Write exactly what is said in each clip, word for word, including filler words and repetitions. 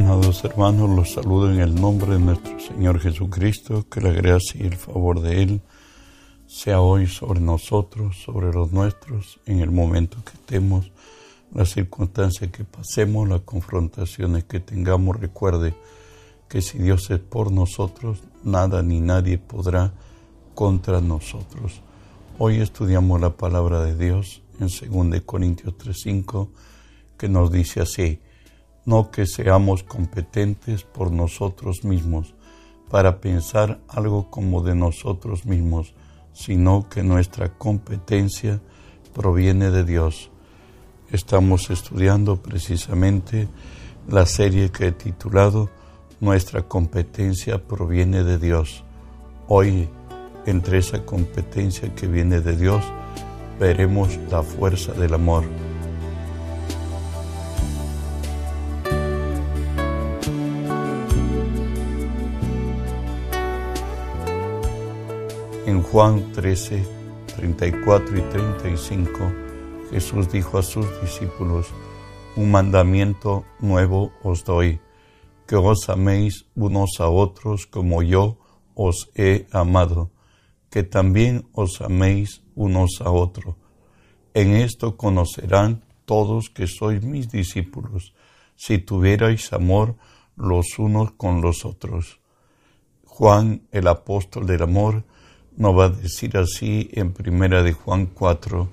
Amados hermanos, los saludo en el nombre de nuestro Señor Jesucristo, que la gracia y el favor de Él sea hoy sobre nosotros, sobre los nuestros, en el momento que estemos, las circunstancias que pasemos, las confrontaciones que tengamos. Recuerde que si Dios es por nosotros, nada ni nadie podrá contra nosotros. Hoy estudiamos la palabra de Dios en segunda de Corintios tres cinco, que nos dice así: no que seamos competentes por nosotros mismos para pensar algo como de nosotros mismos, sino que nuestra competencia proviene de Dios. Estamos estudiando precisamente la serie que he titulado Nuestra competencia proviene de Dios. Hoy, entre esa competencia que viene de Dios, veremos la fuerza del amor. En Juan trece, treinta y cuatro y treinta y cinco, Jesús dijo a sus discípulos: un mandamiento nuevo os doy, que os améis unos a otros como yo os he amado, que también os améis unos a otros. En esto conocerán todos que sois mis discípulos, si tuvierais amor los unos con los otros. Juan, el apóstol del amor, nos va a decir así en primera de Juan cuatro: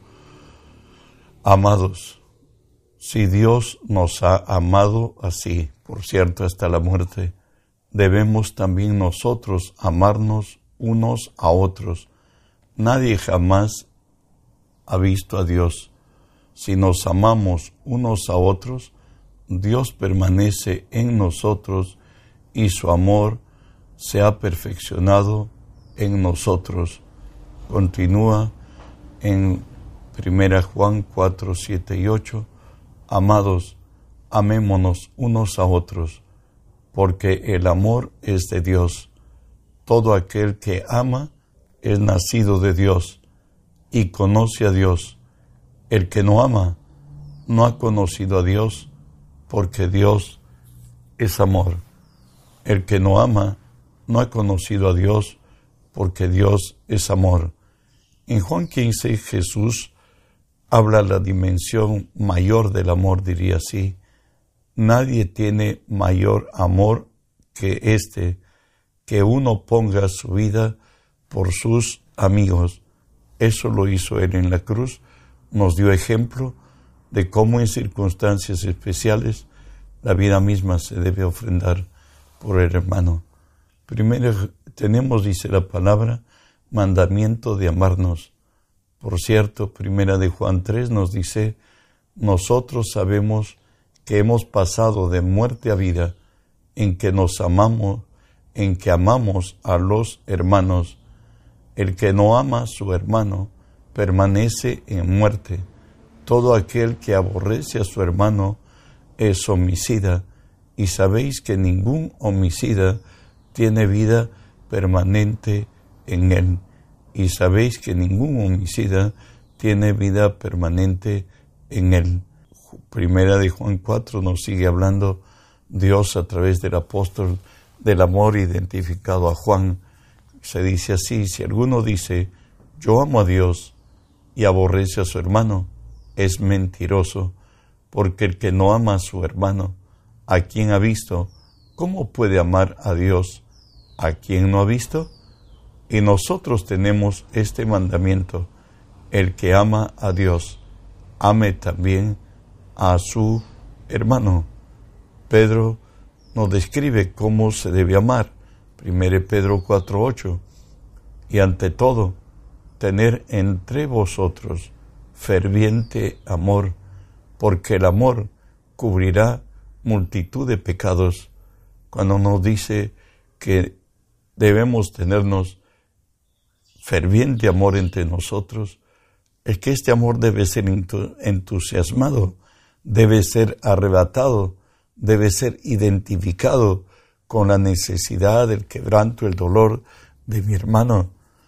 amados, si Dios nos ha amado así, por cierto, hasta la muerte, debemos también nosotros amarnos unos a otros. Nadie jamás ha visto a Dios. Si nos amamos unos a otros, Dios permanece en nosotros y su amor se ha perfeccionado en nosotros. Continúa en primera Juan cuatro, siete y ocho: amados, amémonos unos a otros, porque el amor es de Dios. Todo aquel que ama es nacido de Dios y conoce a Dios. El que no ama no ha conocido a Dios, porque Dios es amor. El que no ama no ha conocido a Dios, porque Dios es amor. En Juan quince, Jesús habla la dimensión mayor del amor, diría así: nadie tiene mayor amor que este, que uno ponga su vida por sus amigos. Eso lo hizo Él en la cruz. Nos dio ejemplo de cómo en circunstancias especiales la vida misma se debe ofrendar por el hermano. Primero tenemos, dice la palabra, mandamiento de amarnos. Por cierto, primera de Juan tres nos dice: nosotros sabemos que hemos pasado de muerte a vida, en que nos amamos, en que amamos a los hermanos. El que no ama a su hermano permanece en muerte. Todo aquel que aborrece a su hermano es homicida, y sabéis que ningún homicida tiene vida permanente en él. Y sabéis que ningún homicida tiene vida permanente en él. Primera de Juan cuatro nos sigue hablando Dios a través del apóstol del amor identificado a Juan. Se dice así: si alguno dice yo amo a Dios y aborrece a su hermano, es mentiroso, porque el que no ama a su hermano, a quien ha visto, ¿cómo puede amar a Dios a quien no ha visto? Y nosotros tenemos este mandamiento: el que ama a Dios, ame también a su hermano. Pedro nos describe cómo se debe amar. primera Pedro cuatro, ocho: y ante todo, tener entre vosotros ferviente amor, porque el amor cubrirá multitud de pecados. Cuando nos dice que debemos tenernos ferviente amor entre nosotros, es que este amor debe ser entusiasmado, debe ser arrebatado, debe ser identificado con la necesidad, el quebranto, el dolor de mi hermano.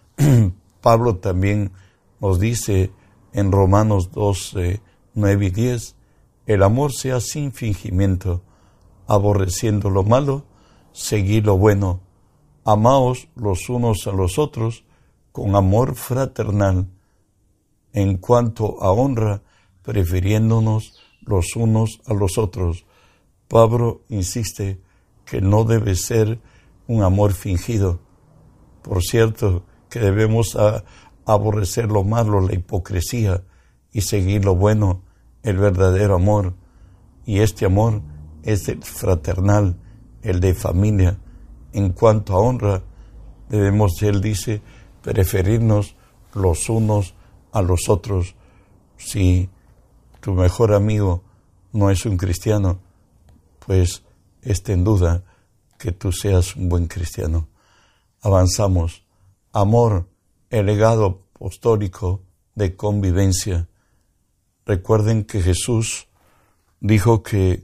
Pablo también nos dice en Romanos doce, nueve y diez: el amor sea sin fingimiento, aborreciendo lo malo, seguid lo bueno. Amaos los unos a los otros con amor fraternal. En cuanto a honra, prefiriéndonos los unos a los otros. Pablo insiste que no debe ser un amor fingido. Por cierto, que debemos a, aborrecer lo malo, la hipocresía, y seguir lo bueno, el verdadero amor. Y este amor es el fraternal, el de familia. En cuanto a honra, debemos, él dice, preferirnos los unos a los otros. Si tu mejor amigo no es un cristiano, pues esté en duda que tú seas un buen cristiano. Avanzamos. Amor, el legado apostólico de convivencia. Recuerden que Jesús dijo que,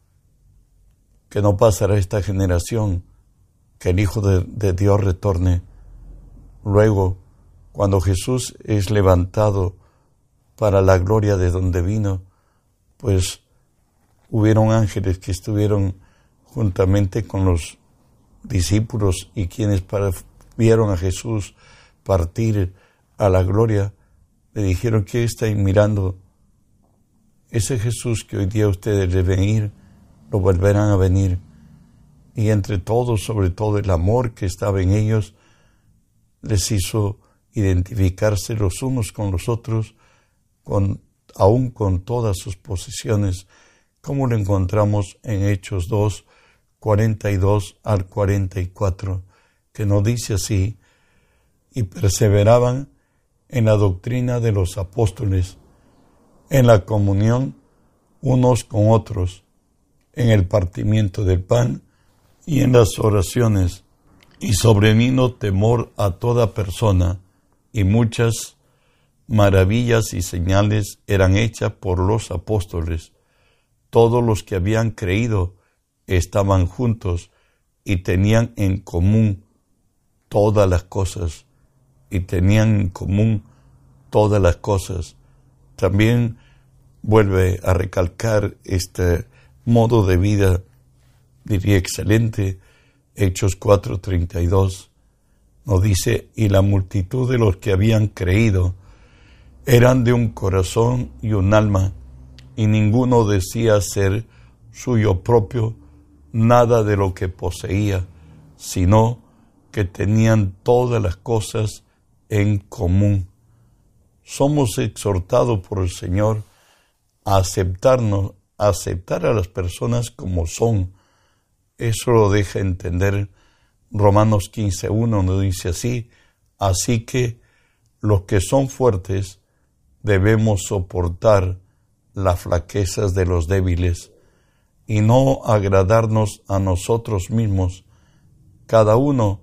que no pasará esta generación, que el Hijo de, de Dios retorne. Luego, cuando Jesús es levantado para la gloria de donde vino, pues hubieron ángeles que estuvieron juntamente con los discípulos y quienes para, vieron a Jesús partir a la gloria, le dijeron: ¿qué estáis mirando? Ese Jesús que hoy día ustedes deben ir, lo volverán a venir. Y entre todos, sobre todo el amor que estaba en ellos, les hizo identificarse los unos con los otros, con, aún con todas sus posesiones, como lo encontramos en Hechos dos, cuarenta y dos al cuarenta y cuatro, que nos dice así: y perseveraban en la doctrina de los apóstoles, en la comunión unos con otros, en el partimiento del pan y en las oraciones. Y sobrevino temor a toda persona, y muchas maravillas y señales eran hechas por los apóstoles. Todos los que habían creído estaban juntos y tenían en común todas las cosas, y tenían en común todas las cosas. También vuelve a recalcar este modo de vida, diría excelente, Hechos cuatro treinta y dos, nos dice: y la multitud de los que habían creído eran de un corazón y un alma, y ninguno decía ser suyo propio nada de lo que poseía, sino que tenían todas las cosas en común. Somos exhortados por el Señor a aceptarnos, a aceptar a las personas como son. Eso lo deja entender Romanos quince uno, nos dice así: así que los que son fuertes debemos soportar las flaquezas de los débiles y no agradarnos a nosotros mismos. Cada uno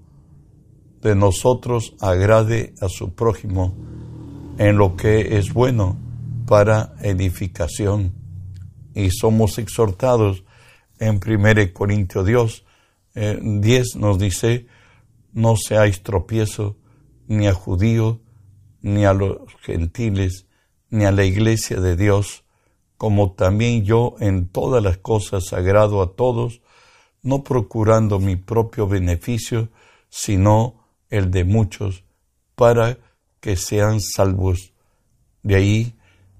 de nosotros agrade a su prójimo en lo que es bueno para edificación. Y somos exhortados en primera Corintios diez, nos dice: no seáis tropiezo ni a judíos, ni a los gentiles, ni a la iglesia de Dios, como también yo en todas las cosas agrado a todos, no procurando mi propio beneficio, sino el de muchos, para que sean salvos. De ahí,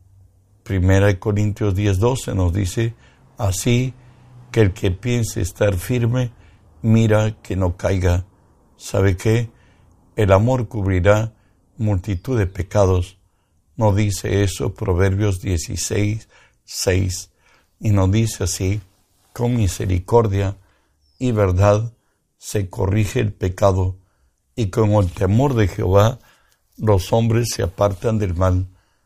primera Corintios diez doce nos dice: así que el que piense estar firme, mira que no caiga. ¿Sabe qué? El amor cubrirá multitud de pecados. Nos dice eso Proverbios dieciséis seis, y nos dice así: con misericordia y verdad se corrige el pecado, y con el temor de Jehová los hombres se apartan del mal.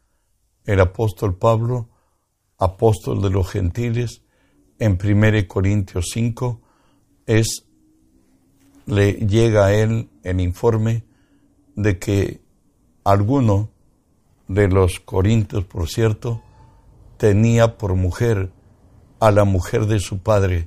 El apóstol Pablo, apóstol de los gentiles, en primera Corintios cinco, es, le llega a él el informe de que alguno de los corintios, por cierto, tenía por mujer a la mujer de su padre.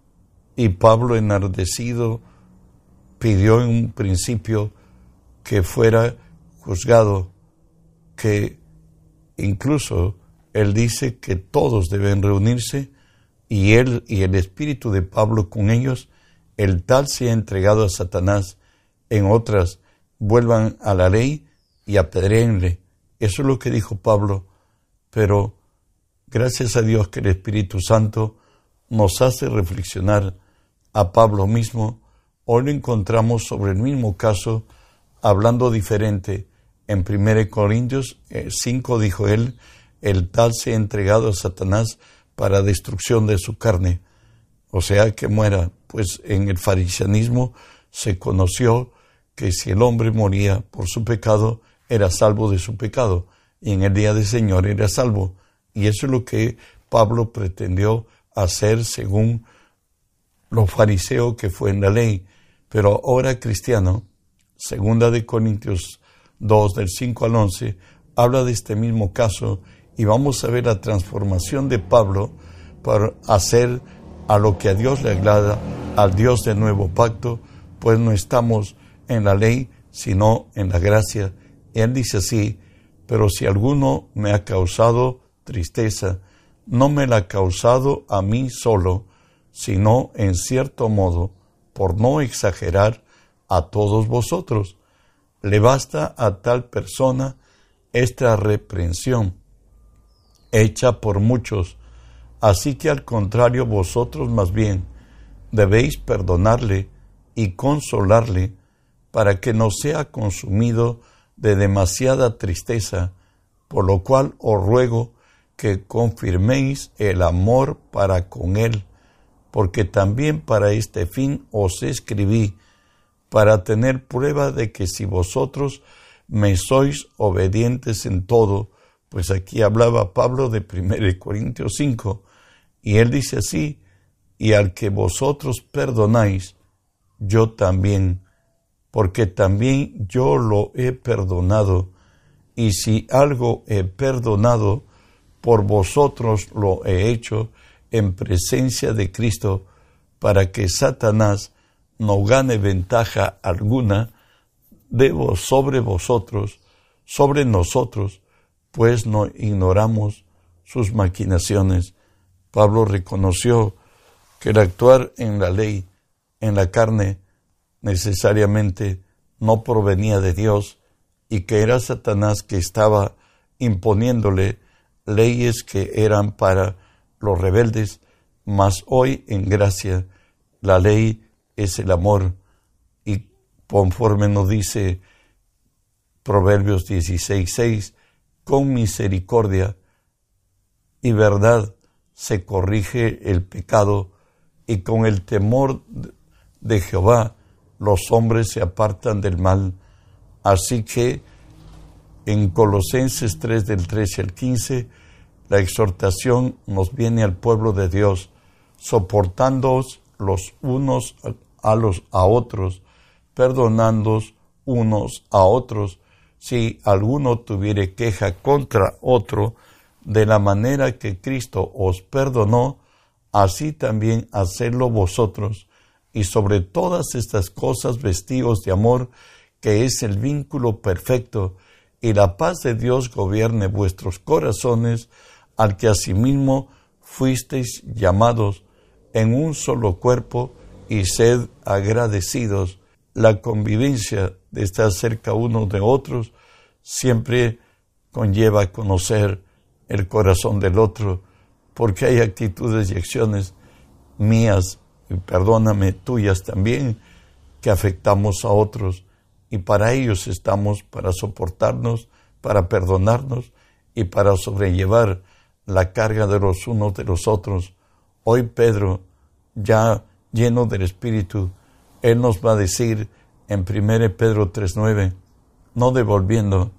Y Pablo, enardecido, pidió en un principio que fuera juzgado, que incluso él dice que todos deben reunirse y él y el espíritu de Pablo con ellos, el tal sea entregado a Satanás. En otras, vuelvan a la ley y apedréenle. Eso es lo que dijo Pablo, pero gracias a Dios que el Espíritu Santo nos hace reflexionar. A Pablo mismo, hoy lo encontramos sobre el mismo caso, hablando diferente. En primera Corintios cinco dijo él, el tal sea entregado a Satanás para destrucción de su carne, o sea que muera. Pues en el fariseanismo se conoció que si el hombre moría por su pecado, era salvo de su pecado, y en el día del Señor era salvo. Y eso es lo que Pablo pretendió hacer según lo fariseo que fue en la ley. Pero ahora cristiano, segunda de Corintios dos, del cinco al once, habla de este mismo caso, y vamos a ver la transformación de Pablo para hacer a lo que a Dios le agrada, al Dios del nuevo pacto, pues no estamos en la ley, sino en la gracia. Él dice así, pero si alguno me ha causado tristeza, no me la ha causado a mí solo, sino en cierto modo, por no exagerar, a todos vosotros. Le basta a tal persona esta reprensión, hecha por muchos, así que al contrario vosotros más bien debéis perdonarle y consolarle, para que no sea consumido de demasiada tristeza, por lo cual os ruego que confirméis el amor para con él, porque también para este fin os escribí, para tener prueba de que si vosotros me sois obedientes en todo, pues aquí hablaba Pablo de primera Corintios cinco, y él dice así, y al que vosotros perdonáis, yo también, porque también yo lo he perdonado, y si algo he perdonado, por vosotros lo he hecho en presencia de Cristo, para que Satanás no gane ventaja alguna de vos sobre vosotros, sobre nosotros, pues no ignoramos sus maquinaciones. Pablo reconoció que el actuar en la ley, en la carne, necesariamente no provenía de Dios, y que era Satanás que estaba imponiéndole leyes que eran para los rebeldes, mas hoy en gracia la ley es el amor, y conforme nos dice Proverbios dieciséis seis, con misericordia y verdad se corrige el pecado, y con el temor de Jehová los hombres se apartan del mal. Así que en Colosenses tres, del trece al quince, la exhortación nos viene al pueblo de Dios, soportándoos los unos a los a otros, perdonándoos unos a otros, si alguno tuviere queja contra otro, de la manera que Cristo os perdonó, así también hacedlo vosotros, y sobre todas estas cosas vestíos de amor, que es el vínculo perfecto, y la paz de Dios gobierne vuestros corazones, al que asimismo fuisteis llamados en un solo cuerpo, y sed agradecidos. La convivencia de estar cerca unos de otros siempre conlleva conocer el corazón del otro, porque hay actitudes y acciones mías, y perdóname, tuyas también, que afectamos a otros, y para ellos estamos, para soportarnos, para perdonarnos y para sobrellevar la carga de los unos de los otros. Hoy Pedro, ya lleno del Espíritu, él nos va a decir en primera Pedro tres nueve, no devolviendo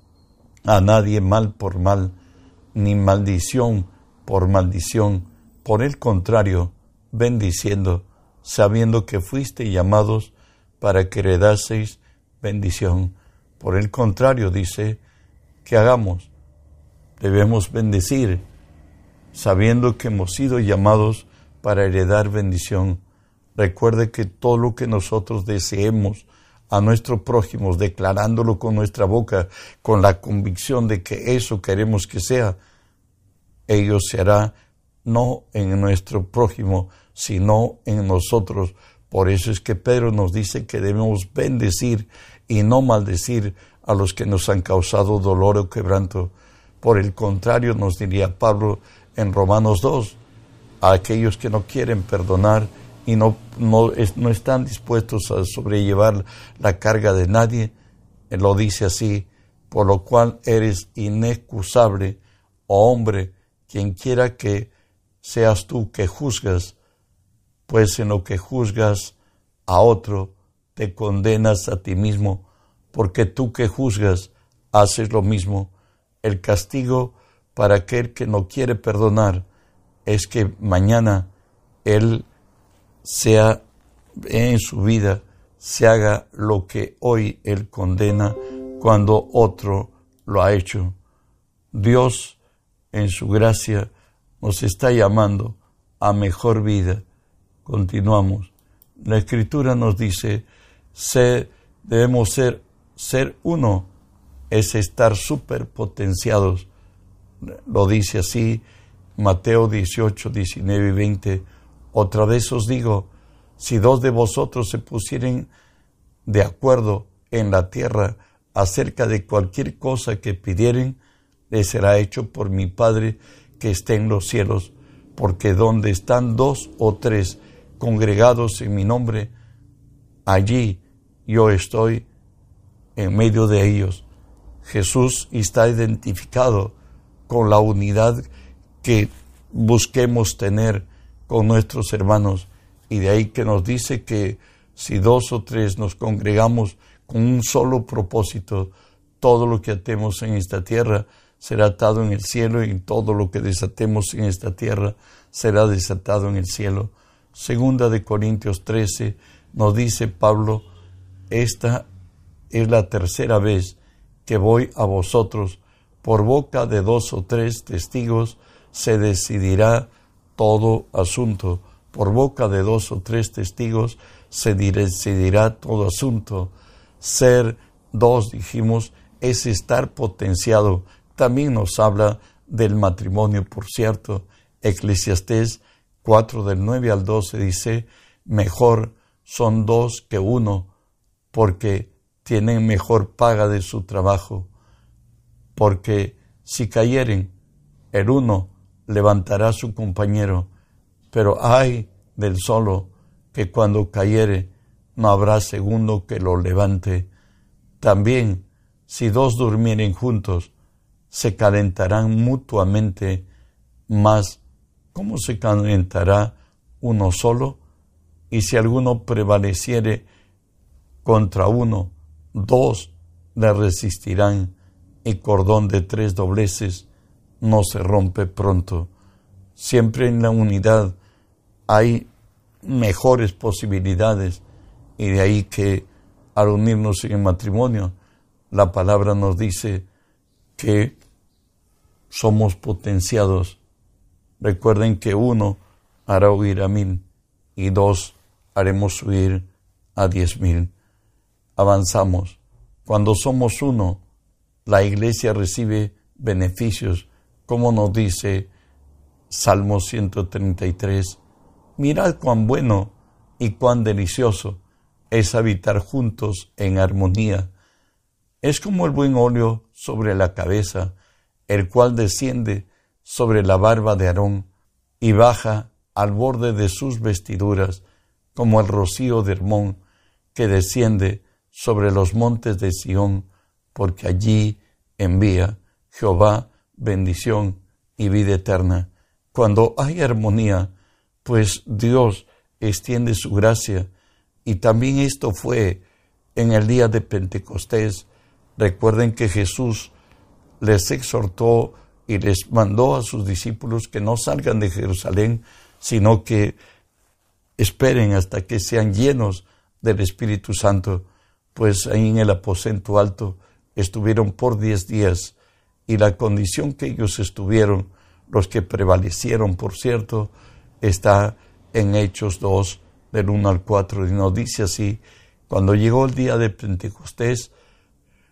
a nadie mal por mal, ni maldición por maldición, por el contrario, bendiciendo, sabiendo que fuiste llamados para que heredaseis bendición. Por el contrario, dice, ¿qué hagamos? Debemos bendecir, sabiendo que hemos sido llamados para heredar bendición. Recuerde que todo lo que nosotros deseemos a nuestro prójimo, declarándolo con nuestra boca, con la convicción de que eso queremos que sea, ello se hará no en nuestro prójimo, sino en nosotros. Por eso es que Pedro nos dice que debemos bendecir y no maldecir a los que nos han causado dolor o quebranto. Por el contrario, nos diría Pablo en Romanos dos, a aquellos que no quieren perdonar y no, no, no están dispuestos a sobrellevar la carga de nadie, él lo dice así: por lo cual eres inexcusable, oh hombre, quien quiera que seas tú que juzgas, pues en lo que juzgas a otro, te condenas a ti mismo, porque tú que juzgas, haces lo mismo. El castigo para aquel que no quiere perdonar es que mañana él sea en su vida, se haga lo que hoy él condena cuando otro lo ha hecho. Dios, en su gracia, nos está llamando a mejor vida. Continuamos. La Escritura nos dice, ser, debemos ser, ser uno, es estar superpotenciados. Lo dice así Mateo dieciocho, diecinueve y veinte. Otra vez os digo, si dos de vosotros se pusieren de acuerdo en la tierra acerca de cualquier cosa que pidieren, les será hecho por mi Padre que está en los cielos, porque donde están dos o tres congregados en mi nombre, allí yo estoy en medio de ellos. Jesús está identificado con la unidad que busquemos tener con nuestros hermanos, y de ahí que nos dice que si dos o tres nos congregamos con un solo propósito, todo lo que atemos en esta tierra será atado en el cielo, y todo lo que desatemos en esta tierra será desatado en el cielo. Segunda de Corintios trece nos dice Pablo, esta es la tercera vez que voy a vosotros, por boca de dos o tres testigos se decidirá todo asunto. Por boca de dos o tres testigos se decidirá todo asunto. Ser dos, dijimos, es estar potenciado. También nos habla del matrimonio, por cierto. Eclesiastés cuatro, del nueve al doce dice, mejor son dos que uno, porque tienen mejor paga de su trabajo. Porque si cayeren, el uno levantará a su compañero, pero ay del solo, que cuando cayere no habrá segundo que lo levante. También, si dos durmieren juntos, se calentarán mutuamente, mas ¿cómo se calentará uno solo? Y si alguno prevaleciere contra uno, dos le resistirán, y cordón de tres dobleces no se rompe pronto. Siempre en la unidad hay mejores posibilidades, y de ahí que al unirnos en el matrimonio, la palabra nos dice que somos potenciados. Recuerden que uno hará huir a mil y dos haremos huir a diez mil. Avanzamos. Cuando somos uno, la iglesia recibe beneficios, como nos dice Salmo ciento treinta y tres. Mirad cuán bueno y cuán delicioso es habitar juntos en armonía. Es como el buen óleo sobre la cabeza, el cual desciende sobre la barba de Aarón y baja al borde de sus vestiduras, como el rocío de Hermón que desciende sobre los montes de Sión, porque allí envía Jehová bendición y vida eterna. Cuando hay armonía, pues Dios extiende su gracia, y también esto fue en el día de Pentecostés. Recuerden que Jesús les exhortó y les mandó a sus discípulos que no salgan de Jerusalén, sino que esperen hasta que sean llenos del Espíritu Santo, pues ahí en el aposento alto estuvieron por diez días, y la condición que ellos estuvieron, los que prevalecieron, por cierto, está en Hechos dos, del uno al cuatro, y nos dice así: cuando llegó el día de Pentecostés,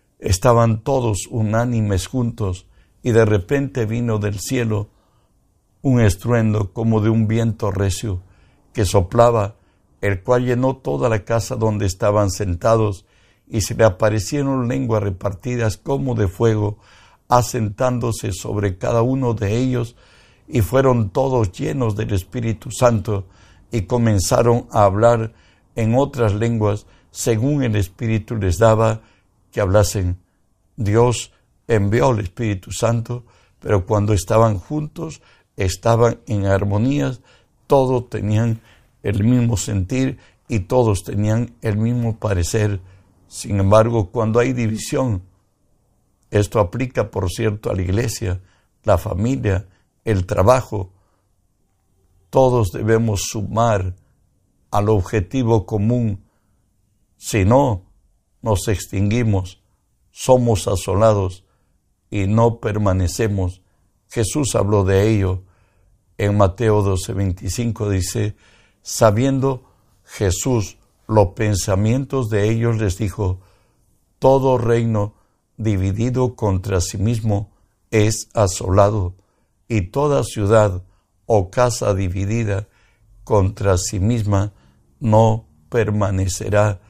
estaban todos unánimes juntos, y de repente vino del cielo un estruendo como de un viento recio que soplaba, el cual llenó toda la casa donde estaban sentados, y se le aparecieron lenguas repartidas como de fuego, asentándose sobre cada uno de ellos, y fueron todos llenos del Espíritu Santo, y comenzaron a hablar en otras lenguas, según el Espíritu les daba que hablasen. Dios envió al Espíritu Santo, pero cuando estaban juntos, estaban en armonías, todos tenían el mismo sentir y todos tenían el mismo parecer. Sin embargo, cuando hay división, esto aplica, por cierto, a la iglesia, la familia, el trabajo, todos debemos sumar al objetivo común. Si no, nos extinguimos, somos asolados y no permanecemos. Jesús habló de ello en Mateo doce veinticinco, dice: sabiendo Jesús los pensamientos de ellos, les dijo: todo reino dividido contra sí mismo es asolado, y toda ciudad o casa dividida contra sí misma no permanecerá.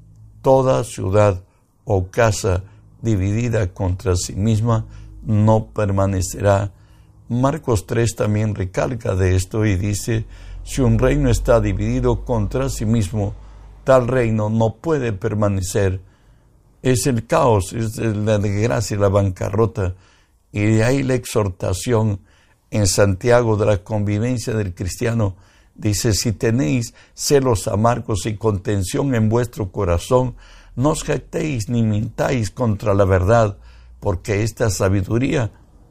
Toda ciudad o casa dividida contra sí misma no permanecerá. Marcos tres también recalca de esto y dice: si un reino está dividido contra sí mismo, tal reino no puede permanecer. Es el caos, es la desgracia, la bancarrota. Y de ahí la exhortación en Santiago de la convivencia del cristiano. Dice: si tenéis celos amargos y contención en vuestro corazón, no os jactéis ni mintáis contra la verdad, porque esta sabiduría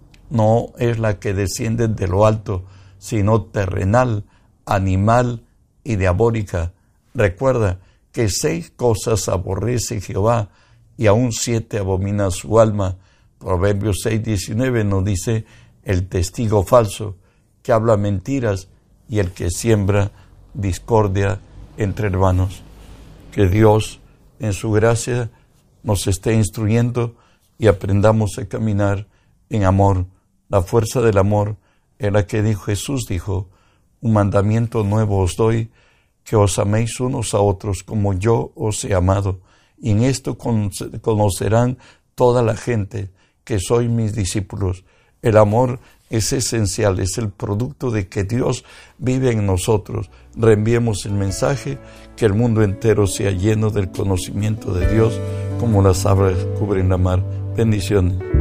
no es la que desciende de lo alto, sino terrenal, animal y diabólica. Recuerda que seis cosas aborrece Jehová, y aún siete abomina su alma. Proverbios seis diecinueve nos dice: el testigo falso, que habla mentiras, y el que siembra discordia entre hermanos. Que Dios, en su gracia, nos esté instruyendo y aprendamos a caminar en amor. La fuerza del amor es la que dijo Jesús, dijo: un mandamiento nuevo os doy, que os améis unos a otros como yo os he amado. Y en esto conocerán toda la gente que sois mis discípulos. El amor es esencial, es el producto de que Dios vive en nosotros. Reenviemos el mensaje, que el mundo entero sea lleno del conocimiento de Dios, como las aguas cubren la mar. Bendiciones.